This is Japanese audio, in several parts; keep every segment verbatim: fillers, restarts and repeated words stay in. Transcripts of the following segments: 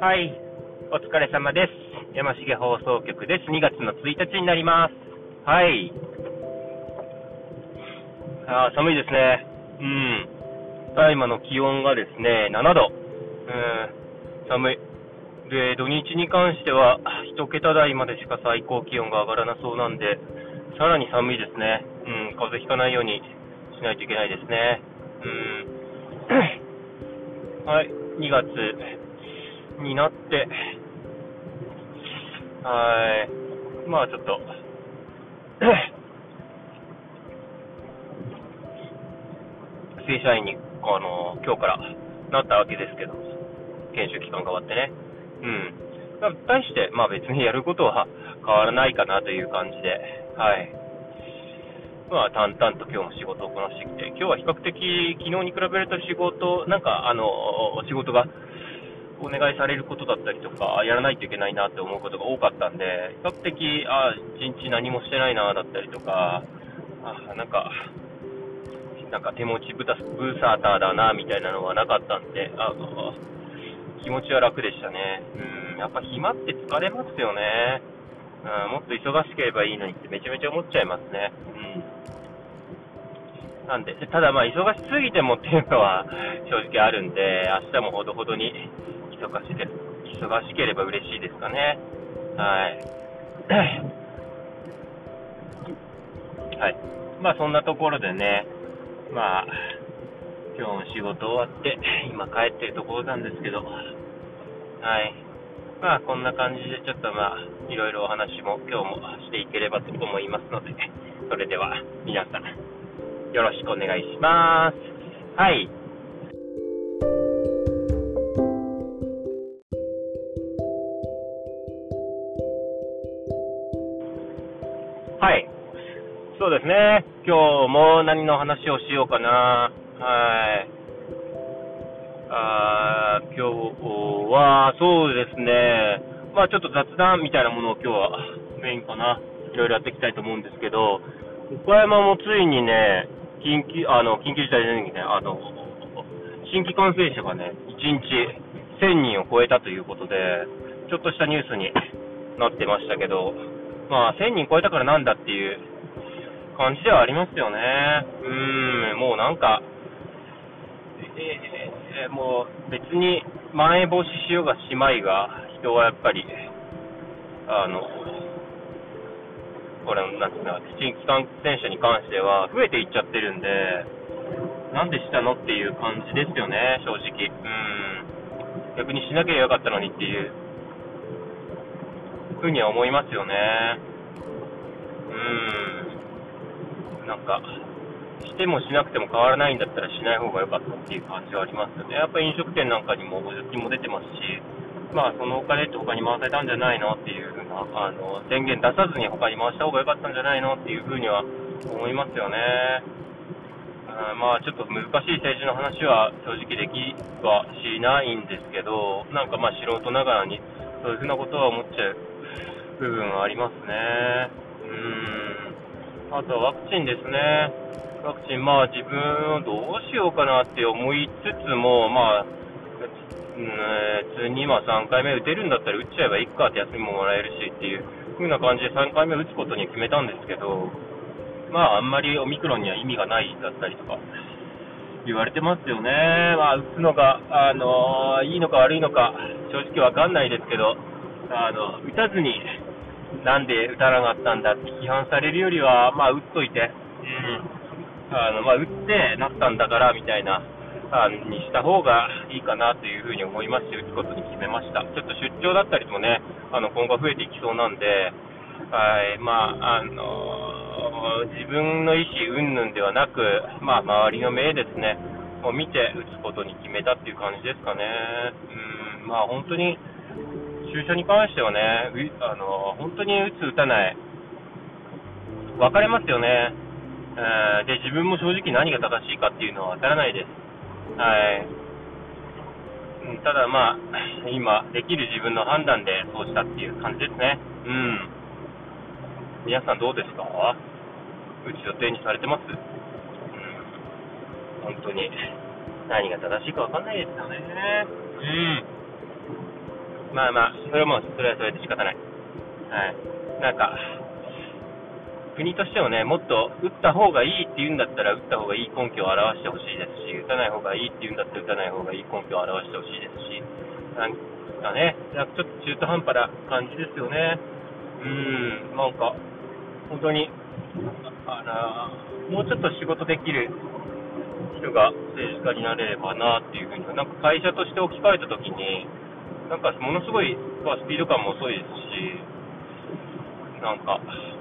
はい、お疲れ様です。山重放送局です。にがつのついたちになります。はい。あー寒いですね。うん。ただいまの気温がですね、ななど。うん、寒い。で、土日に関しては、一桁台までしか最高気温が上がらなそうなんで、さらに寒いですね。うん、風邪ひかないようにしないといけないですね。うん。はい、にがつになって、はい、まあちょっと、正社員に、あの、今日からなったわけですけど、研修期間が終わってね。うん。対して、まあ別にやることは変わらないかなという感じで、はい。まあ淡々と今日も仕事をこなしてきて、今日は比較的昨日に比べると仕事、なんかあの、仕事がお願いされることだったりとか、やらないといけないなって思うことが多かったんで、比較的、あ一日何もしてないなだったりとか、あなんか、なんか手持ちブタブーサーターだなみたいなのはなかったんで、あ気持ちは楽でしたね。うん、やっぱ暇って疲れますよね。うん、もっと忙しければいいのにってめちゃめちゃ思っちゃいますね。うん。なんで、ただまあ忙しすぎてもっていうのは正直あるんで、明日もほどほどに忙しで忙しければ嬉しいですかね。はい。はい。まあそんなところでね、まあ今日も仕事終わって今帰ってるところなんですけど、はい。まあこんな感じでちょっとまあいろいろお話も今日もしていければと思いますので、それでは皆さんよろしくお願いします。はい。はい。そうですね。今日も何の話をしようかな。はい。あー、今日はそうですね。まあちょっと雑談みたいなものを今日はメインかな。いろいろやっていきたいと思うんですけど、岡山もついにね、緊急、あの、緊急事態宣言ね、あの、新規感染者がね、いちにちせんにんを超えたということで、ちょっとしたニュースになってましたけど、まあせんにん超えたからなんだっていう感じではありますよね。うーん、もうなんか、えー、もう別にまん延防止しようがしまいが、人はやっぱり、あの、これ、なんていうの、新規感染者に関しては増えていっちゃってるんで、なんでしたのっていう感じですよね、正直。うん。逆にしなきゃよかったのにっていうふうには思いますよね。うん。なんか、してもしなくても変わらないんだったらしない方が良かったっていう感じはありますよね。やっぱり飲食店なんかにも補助金も出てますし、まあそのお金って他に回せたんじゃないのっていう風な、あの、宣言出さずに他に回した方が良かったんじゃないのっていう風には思いますよね。あまあちょっと難しい政治の話は正直できはしないんですけど、なんかまあ素人ながらにそういう風なことは思っちゃう部分はありますね。うーん。あとはワクチンですね。ワクチン、まあ自分どうしようかなって思いつつも、まあ、うん、普通に今さんかいめ打てるんだったら打っちゃえばいいかって休みももらえるしっていう風な感じでさんかいめ打つことに決めたんですけど、まああんまりオミクロンには意味がないだったりとか言われてますよね。まあ打つのが、あのー、いいのか悪いのか正直わかんないですけど、あの、打たずになんで打たなかったんだって批判されるよりは、まあ打っといて、うん。あの、まあ、打ってなったんだからみたいな、あにした方がいいかなというふうに思いまして、打つことに決めました。ちょっと出張だったりもね、あの、今後増えていきそうなんで、はい、まあ、あのー、自分の意思云々ではなく、まあ、周りの目ですね、を見て打つことに決めたっていう感じですかね。うん、まあ、本当に、注射に関してはね、あのー、本当に打つ、打たない、分かれますよね。で、自分も正直何が正しいかっていうのはわからないです。はい。ただまあ、今、できる自分の判断でそうしたっていう感じですね。うん。皆さんどうですか？打つ予定にされてます？うん。本当に、何が正しいかわかんないですよね。うん。 まあまあ、それはもう、それはそれで仕方ない。はい。なんか、国としてもね、もっと打った方がいいって言うんだったら、打った方がいい根拠を表してほしいですし、打たない方がいいって言うんだったら、打たない方がいい根拠を表してほしいですし、なんかね、なんかちょっと中途半端な感じですよね。うーん、なんか、本当に、あの、もうちょっと仕事できる人が政治家になれればなっていうふうに、なんか会社として置き換えたときに、なんかものすごい、まあ、スピード感も遅いですし、なんか、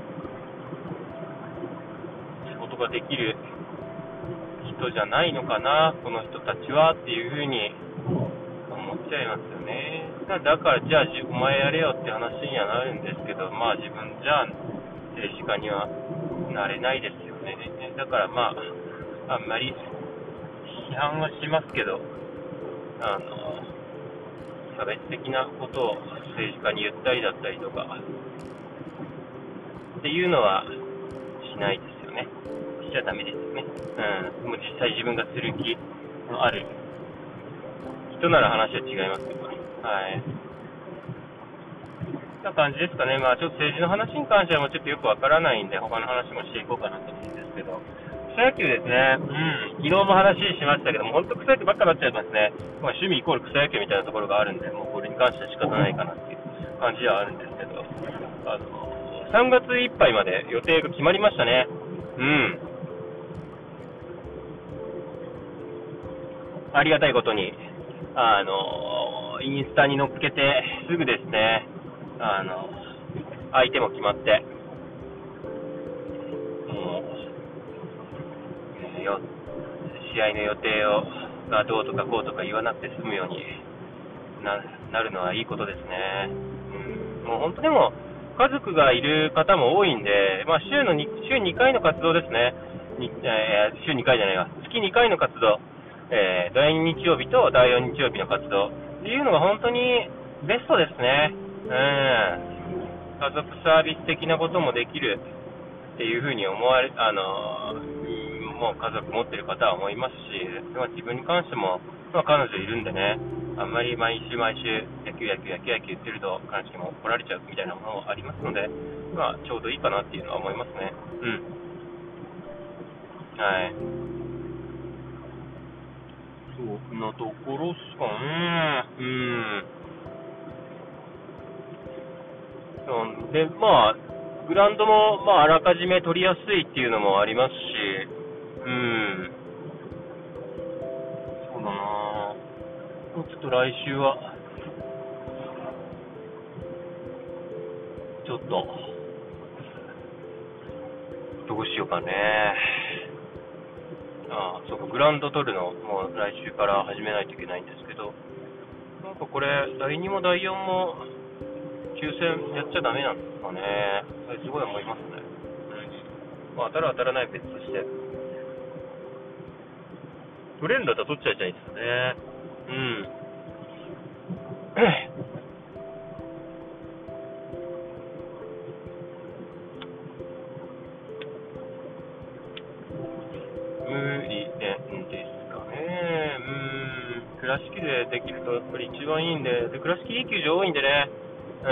仕事ができる人じゃないのかな、この人たちはっていうふうに思っちゃいますよね。だから、じゃあ、お前やれよって話にはなるんですけど、まあ自分じゃ政治家にはなれないですよね。だからまあ、あんまり批判はしますけど、あの、差別的なことを政治家に言ったりだったりとか、っていうのはしないですよね。しちゃダメですよね。うん。もう実際自分がする気のある人なら話は違いますけど、はい。こんな感じですかね。まあちょっと政治の話に関してはもうちょっとよくわからないんで、他の話もしていこうかなと思うんですけど、草野球ですね。うん。昨日も話しましたけども、本当草野球ばっかなっちゃいますね。まあ趣味イコール草野球みたいなところがあるんで、もうこれに関しては仕方ないかなっていう感じではあるんですけど、あの、さんがついっぱいまで予定が決まりましたね。うん。ありがたいことに、あの、インスタに載っけてすぐですね、あの、相手も決まって、もう、えーよ試合の予定をがどうとかこうとか言わなくて済むように な, なるのはいいことですね。うん、もう本当でも家族がいる方も多いんで、まあ、週の 2, 週にかいの活動ですね。にえー、週にかいじゃないわ。月にかいの活動、えー、だいに日曜日とだいよん日曜日の活動っていうのが本当にベストですね。うん、家族サービス的なこともできるっていうふうに思われ、あのもう家族持ってる方は思いますし、まあ、自分に関しても、まあ、彼女いるんでね、あんまり毎週毎週野球野球野球野球言ってると彼女にも怒られちゃうみたいなものもありますので、まあ、ちょうどいいかなっていうのは思いますね。うん。はい。そんなところっすかね。うん。で、まあ、グラウンドも、まあ、あらかじめ取りやすいっていうのもありますし、うん。そうだなぁ。もうちょっと来週は、ちょっと、どうしようかね。ああ、そうか、グラウンド取るの、もう来週から始めないといけないんですけど、なんかこれ、だいにもだいよんも、抽選やっちゃダメなんですかね。それすごい思いますね。うん。まあ、当たる当たらない別として。取れるんだったら取っちゃいたいですよね。うん。無理なんですかね。うん。倉敷でできるとやっぱり一番いいんで、で倉敷いい球場多いんでね。うん。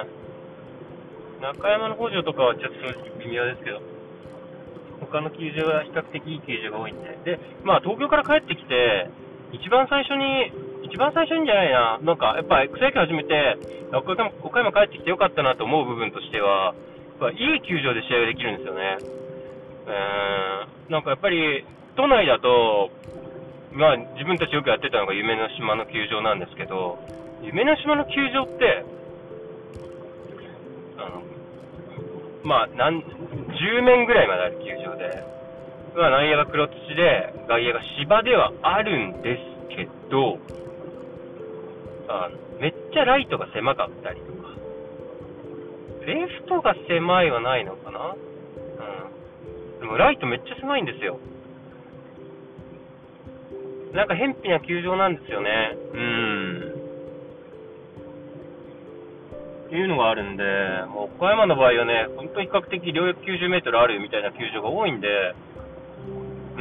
中山の北条とかはちょっと正直微妙ですけど、他の球場は比較的いい球場が多いんで。で、まあ東京から帰ってきて、一番最初に、一番最初にじゃないな、なんかやっぱ草野球始めて、岡山、岡山帰ってきてよかったなと思う部分としては、やっぱいい球場で試合ができるんですよね。うーん、なんかやっぱり都内だと、まあ自分たちよくやってたのが夢の島の球場なんですけど、夢の島の球場って、あの、まあ、なんじゅう面ぐらいまである球場で、まあ、内野が黒土で、外野が芝ではあるんですけど、あのめっちゃライトが狭かったりとか、レフトが狭いはないのかな、うん。でもライトめっちゃ狭いんですよ。なんか偏僻な球場なんですよね。うん。っていうのがあるんで、もう岡山の場合はね、本当に比較的両翼きゅうじゅうメートルあるみたいな球場が多いんで、うん。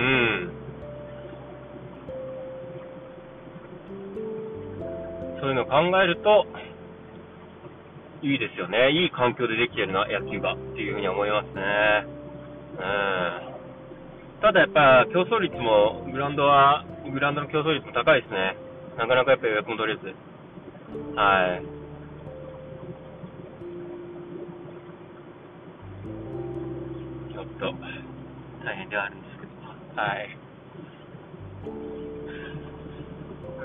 そういうのを考えると、 いいですよね。いい環境でできてるな、野球がっていうふうに思いますね。うん。ただやっぱ競争率も、グラウンドは、グラウンドの競争率も高いですね。なかなかやっぱ予約も取れず。はい。ちょっと、大変ではあるんですけど。はい。うん。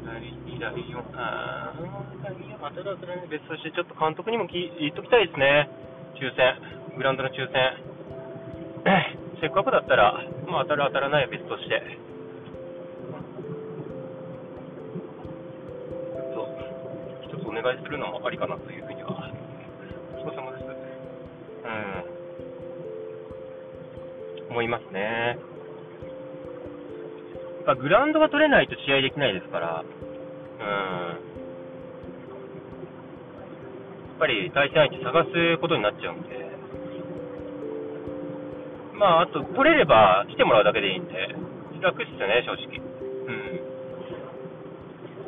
だいよん、あー、だいよん、まただ、それに別として、ちょっと監督にもき言っときたいですね。抽選。グラウンドの抽選。せっかくだったら、まあ当たる当たらないは別として、そう、一つお願いするのもありかなというふうには。お疲れ様です。うん、思いますね。やっぱグラウンドが取れないと試合できないですから、うん、やっぱり対戦相手探すことになっちゃうんで、まああと取れれば来てもらうだけでいいんで、楽っすよね、正直。うん。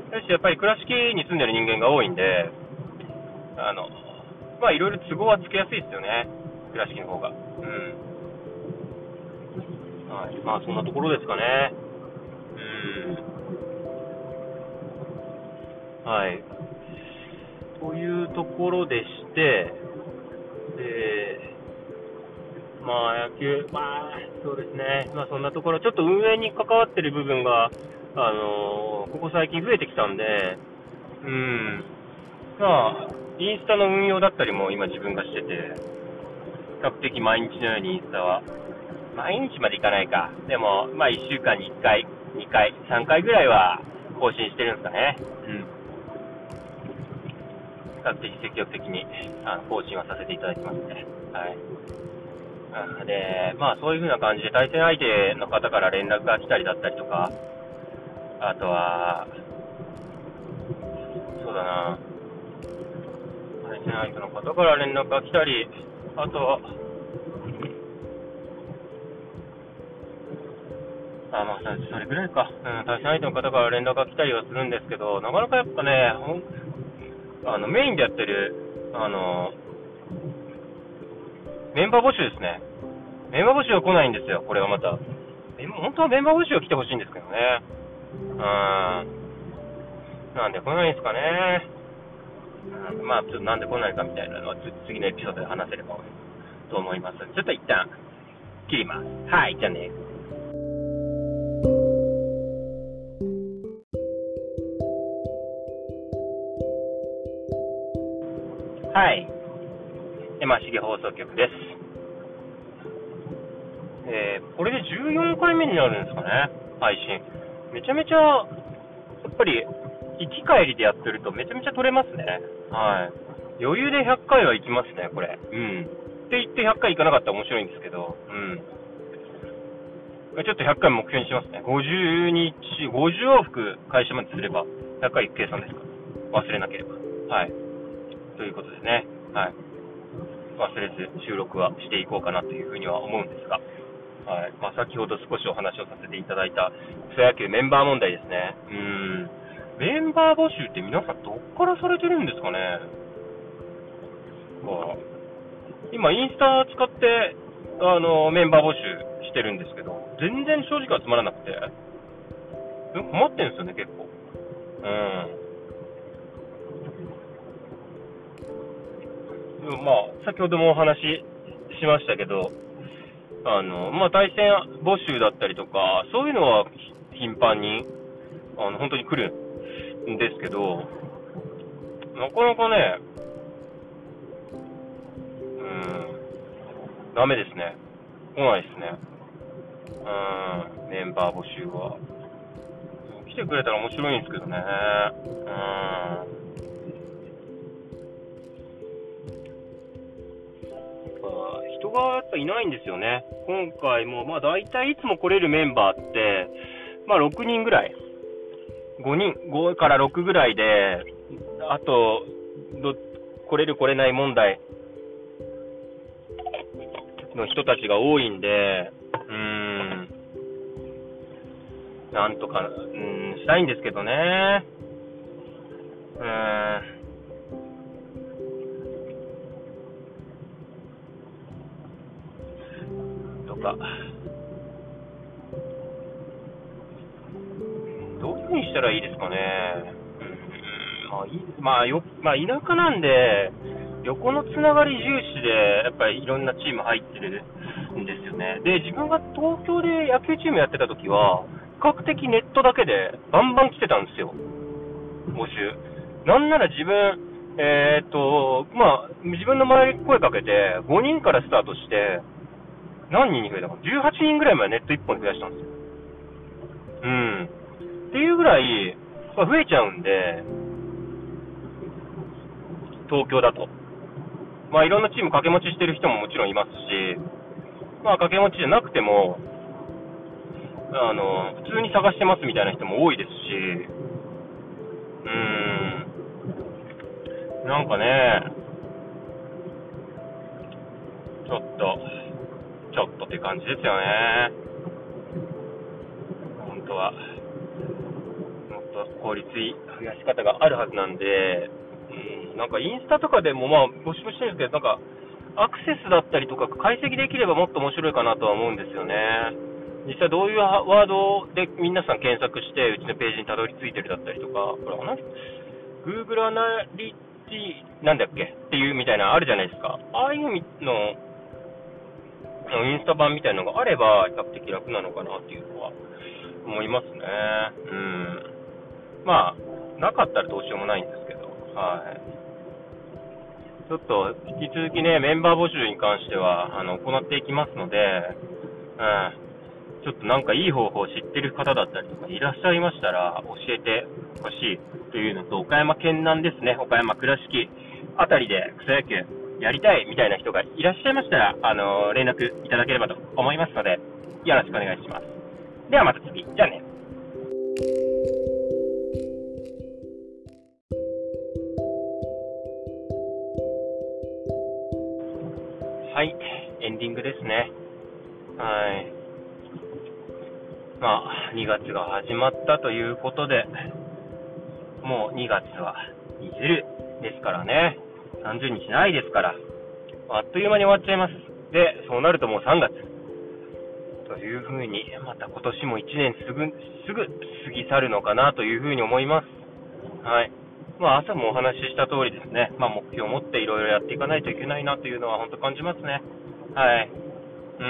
だし、やっぱり倉敷に住んでる人間が多いんで、あの、まあいろいろ都合はつけやすいですよね、倉敷の方が。うん。はい。まあそんなところですかね。うん。はい。というところでして、で、まあ野球、まあそうですね、まあそんなところ、ちょっと運営に関わってる部分が、あのーここ最近増えてきたんで、うん。まあ、インスタの運用だったりも今自分がしてて、比較的毎日のようにインスタは、毎日までいかないか。でも、まあいっしゅうかんにいっかい、にかい、さんかいぐらいは更新してるんですかね。うん。比較的積極的にあの更新はさせていただきますね。はい。で、まあそういう風な感じで対戦相手の方から連絡が来たりだったりとか、あとは、そうだな、対戦相手の方から連絡が来たり、あとは、あまあ、それぐらいか、うん、対戦相手の方から連絡が来たりはするんですけど、なかなかやっぱね、あのメインでやってるあのメンバー募集ですね。メンバー募集は来ないんですよ、これはまた。本当はメンバー募集は来てほしいんですけどね。うん。なんで来ないんですかね。うん、まあ、ちょっとなんで来ないかみたいなのは次のエピソードで話せればと思います。ちょっと一旦切ります。はい、じゃあね。はい。山重放送局です。えー、これでじゅうよんかいめになるんですかね、配信。めちゃめちゃ、やっぱり、行き帰りでやってるとめちゃめちゃ撮れますね。はい。余裕でひゃっかいは行きますね、これ。うん。って言ってひゃっかい行かなかったら面白いんですけど、うん。ちょっとひゃっかい目標にしますね。ごじゅうにち、ごじゅう往復会社まですれば、ひゃっかい行く計算ですから。忘れなければ。はい。ということでね。はい。忘れず収録はしていこうかなというふうには思うんですが。はい。まあ、先ほど少しお話をさせていただいた草野球メンバー問題ですね。うーん。メンバー募集って皆さんどっからされてるんですかね。まあ、今インスタ使ってあのメンバー募集してるんですけど、全然正直集まらなくて、困ってるんですよね、結構。うん。でもまあ、先ほどもお話ししましたけど、あの、まあ、対戦募集だったりとか、そういうのは頻繁に、あの、本当に来るんですけど、なかなかね、うん、ダメですね。来ないですね。うん、メンバー募集は。来てくれたら面白いんですけどね。うん。人がやっぱいないんですよね。今回も、まあ大体いつも来れるメンバーって、まあろくにんぐらい。ごにん、ごからろくぐらいで、あと、ど来れる来れない問題の人たちが多いんで、うーん、なんとか、うん、したいんですけどね。 うーん、とか、どういうふうにしたらいいですかね。うん、まあいい、まあよ、まあ田舎なんで、横のつながり重視で、やっぱりいろんなチーム入ってるんですよね。で、自分が東京で野球チームやってた時は、比較的ネットだけでバンバン来てたんですよ、募集。なんなら自分、えーっと、まあ、自分の周りに声かけて、ごにんからスタートして、何人に増えたかな、じゅうはちにんぐらいまでネットいっぽんに増やしたんですよ。うん。っていうぐらい、まあ、増えちゃうんで、東京だと。まあ、いろんなチーム掛け持ちしてる人ももちろんいますし、まあ、掛け持ちじゃなくても、あの、普通に探してますみたいな人も多いですし、うーん、なんかね、ちょっと、ちょっとって感じですよね。本当は。もっと効率いい増やし方があるはずなんで、うん、なんかインスタとかでもまあ募集もしてるんですけど、なんかアクセスだったりとか解析できればもっと面白いかなとは思うんですよね。実際どういうワードで皆さん検索してうちのページにたどり着いてるだったりとか、これ同じ Google アナリティなんだっけっていうみたいなのあるじゃないですか。ああいうのインスタ版みたいなのがあれば比較的楽なのかなっていうのは思いますね。うん。まあ、なかったらどうしようもないんですけど、はい。ちょっと引き続きね、メンバー募集に関してはあの行っていきますので、うん。ちょっとなんかいい方法を知ってる方だったりとかいらっしゃいましたら教えてほしいというのと、岡山県南ですね、岡山倉敷あたりで草野球やりたいみたいな人がいらっしゃいましたら、あの連絡いただければと思いますので、よろしくお願いします。ではまた次、じゃあね。はい、エンディングですね。はい。まあ、にがつが始まったということで、もうにがつはいずるですからね。さんじゅうにちないですから、あっという間に終わっちゃいます。で、そうなるともうさんがつ。というふうに、また今年もいちねんすぐ、すぐ過ぎ去るのかなというふうに思います。はい。まあ、朝もお話しした通りですね、まあ、目標を持っていろいろやっていかないといけないなというのは本当感じますね。はい。うん。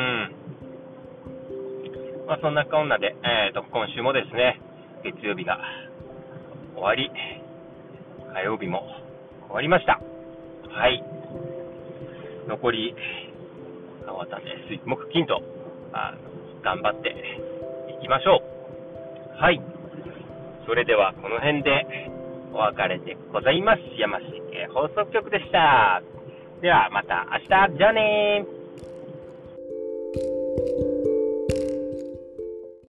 まあ、そんなこんなで、えーと、今週もですね、月曜日が終わり、火曜日も終わりました。はい。残り、わたね、水木金と、あの、頑張っていきましょう。はい。それでは、この辺でお別れでございます。山重放送局でした。では、また明日。じゃあねー。